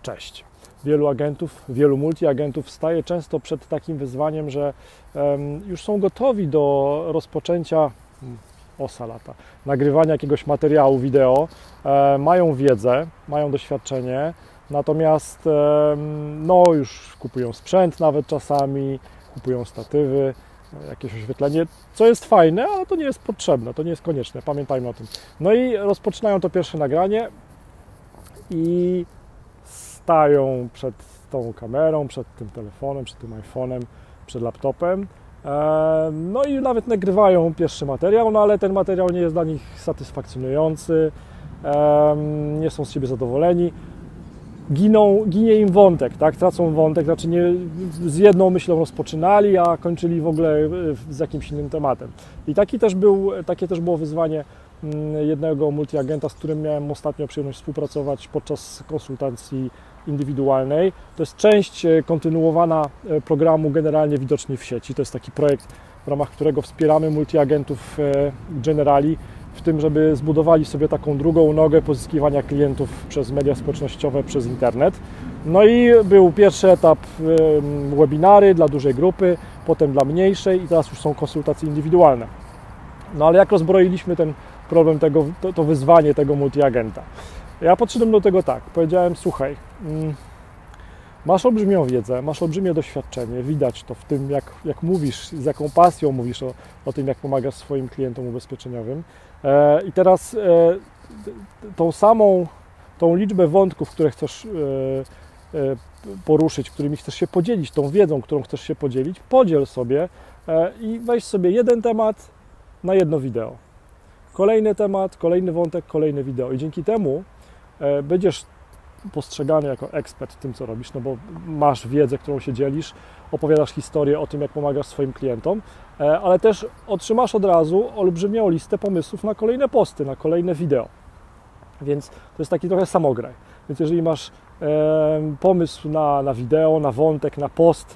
Cześć. Wielu agentów, wielu multiagentów staje często przed takim wyzwaniem, że już są gotowi do rozpoczęcia nagrywania jakiegoś materiału wideo, mają wiedzę, mają doświadczenie, natomiast już kupują sprzęt nawet czasami, kupują statywy, jakieś oświetlenie, co jest fajne, ale to nie jest potrzebne, to nie jest konieczne, pamiętajmy o tym. No i rozpoczynają to pierwsze nagranie i stają przed tą kamerą, przed tym telefonem, przed tym iPhone'em, przed laptopem, no i nawet nagrywają pierwszy materiał, no ale ten materiał nie jest dla nich satysfakcjonujący, nie są z siebie zadowoleni, ginie im wątek, tak? Tracą wątek, znaczy nie z jedną myślą rozpoczynali, a kończyli w ogóle z jakimś innym tematem. I takie też było wyzwanie jednego multiagenta, z którym miałem ostatnio przyjemność współpracować podczas konsultacji indywidualnej. To jest część kontynuowana programu Generalnie Widoczni w sieci. To jest taki projekt, w ramach którego wspieramy multiagentów Generali w tym, żeby zbudowali sobie taką drugą nogę pozyskiwania klientów przez media społecznościowe, przez internet. No i był pierwszy etap webinary dla dużej grupy, potem dla mniejszej i teraz już są konsultacje indywidualne. No ale jak rozbroiliśmy ten problem, to wyzwanie tego multiagenta? Ja podszedłem do tego tak, powiedziałem: słuchaj, masz olbrzymią wiedzę, masz olbrzymie doświadczenie, widać to w tym, jak mówisz, z jaką pasją mówisz o tym, jak pomagasz swoim klientom ubezpieczeniowym. I teraz tą liczbę wątków, które chcesz poruszyć, którymi chcesz się podzielić, tą wiedzą, którą chcesz się podzielić, podziel sobie i weź sobie jeden temat na jedno wideo. Kolejny temat, kolejny wątek, kolejne wideo. I dzięki temu będziesz postrzegany jako ekspert w tym, co robisz, no bo masz wiedzę, którą się dzielisz, opowiadasz historię o tym, jak pomagasz swoim klientom, ale też otrzymasz od razu olbrzymią listę pomysłów na kolejne posty, na kolejne wideo. Więc to jest taki trochę samograj. Więc jeżeli masz pomysł na wideo, na wątek, na post,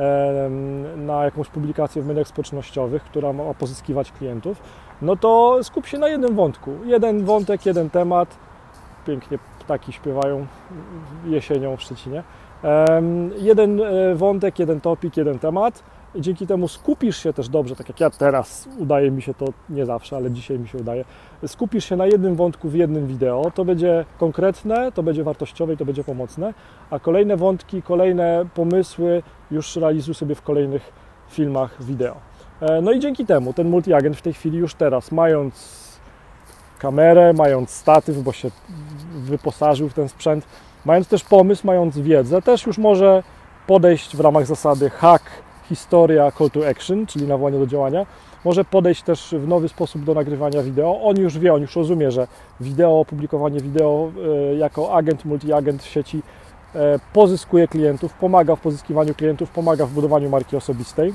na jakąś publikację w mediach społecznościowych, która ma pozyskiwać klientów, no to skup się na jednym wątku. Jeden wątek, jeden temat. Pięknie ptaki śpiewają jesienią w Szczecinie. Jeden wątek, jeden topik, jeden temat. I dzięki temu skupisz się też dobrze, tak jak ja teraz, udaje mi się to nie zawsze, ale dzisiaj mi się udaje, skupisz się na jednym wątku w jednym wideo, to będzie konkretne, to będzie wartościowe i to będzie pomocne, a kolejne wątki, kolejne pomysły już realizuj sobie w kolejnych filmach wideo. No i dzięki temu ten multiagent w tej chwili już teraz, mając kamerę, mając statyw, bo się wyposażył w ten sprzęt, mając też pomysł, mając wiedzę, też już może podejść w ramach zasady hack, historia, call to action, czyli nawołanie do działania, może podejść też w nowy sposób do nagrywania wideo. On już wie, on już rozumie, że wideo, publikowanie wideo jako agent, multiagent w sieci pozyskuje klientów, pomaga w pozyskiwaniu klientów, pomaga w budowaniu marki osobistej.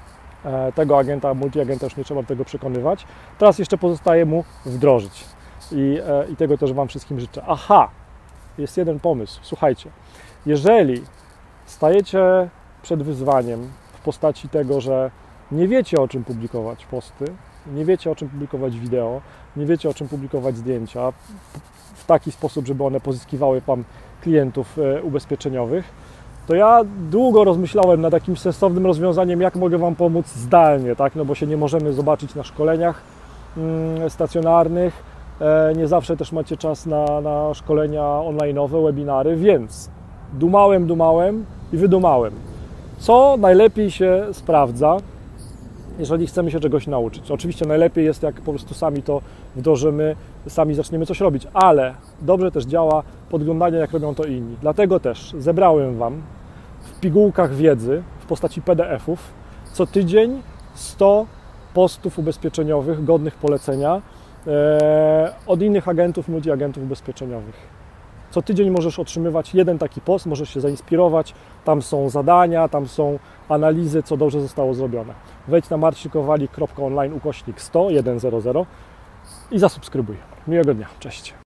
Tego agenta, multiagenta już nie trzeba do tego przekonywać. Teraz jeszcze pozostaje mu wdrożyć i tego też Wam wszystkim życzę. Aha, jest jeden pomysł. Słuchajcie, jeżeli stajecie przed wyzwaniem w postaci tego, że nie wiecie, o czym publikować posty, nie wiecie, o czym publikować wideo, nie wiecie, o czym publikować zdjęcia w taki sposób, żeby one pozyskiwały Wam klientów ubezpieczeniowych, to ja długo rozmyślałem nad jakimś sensownym rozwiązaniem, jak mogę Wam pomóc zdalnie, tak? No bo się nie możemy zobaczyć na szkoleniach stacjonarnych, nie zawsze też macie czas na szkolenia online'owe, webinary, więc dumałem i wydumałem, co najlepiej się sprawdza, jeżeli chcemy się czegoś nauczyć. Oczywiście najlepiej jest, jak po prostu sami to wdrożymy, sami zaczniemy coś robić, ale dobrze też działa podglądanie, jak robią to inni. Dlatego też zebrałem Wam w pigułkach wiedzy w postaci PDF-ów co tydzień 100 postów ubezpieczeniowych godnych polecenia od innych agentów, multiagentów ubezpieczeniowych. Co tydzień możesz otrzymywać jeden taki post, możesz się zainspirować, tam są zadania, tam są analizy, co dobrze zostało zrobione. Wejdź na marcinkowalik.online/100 i zasubskrybuj. Miłego dnia, cześć.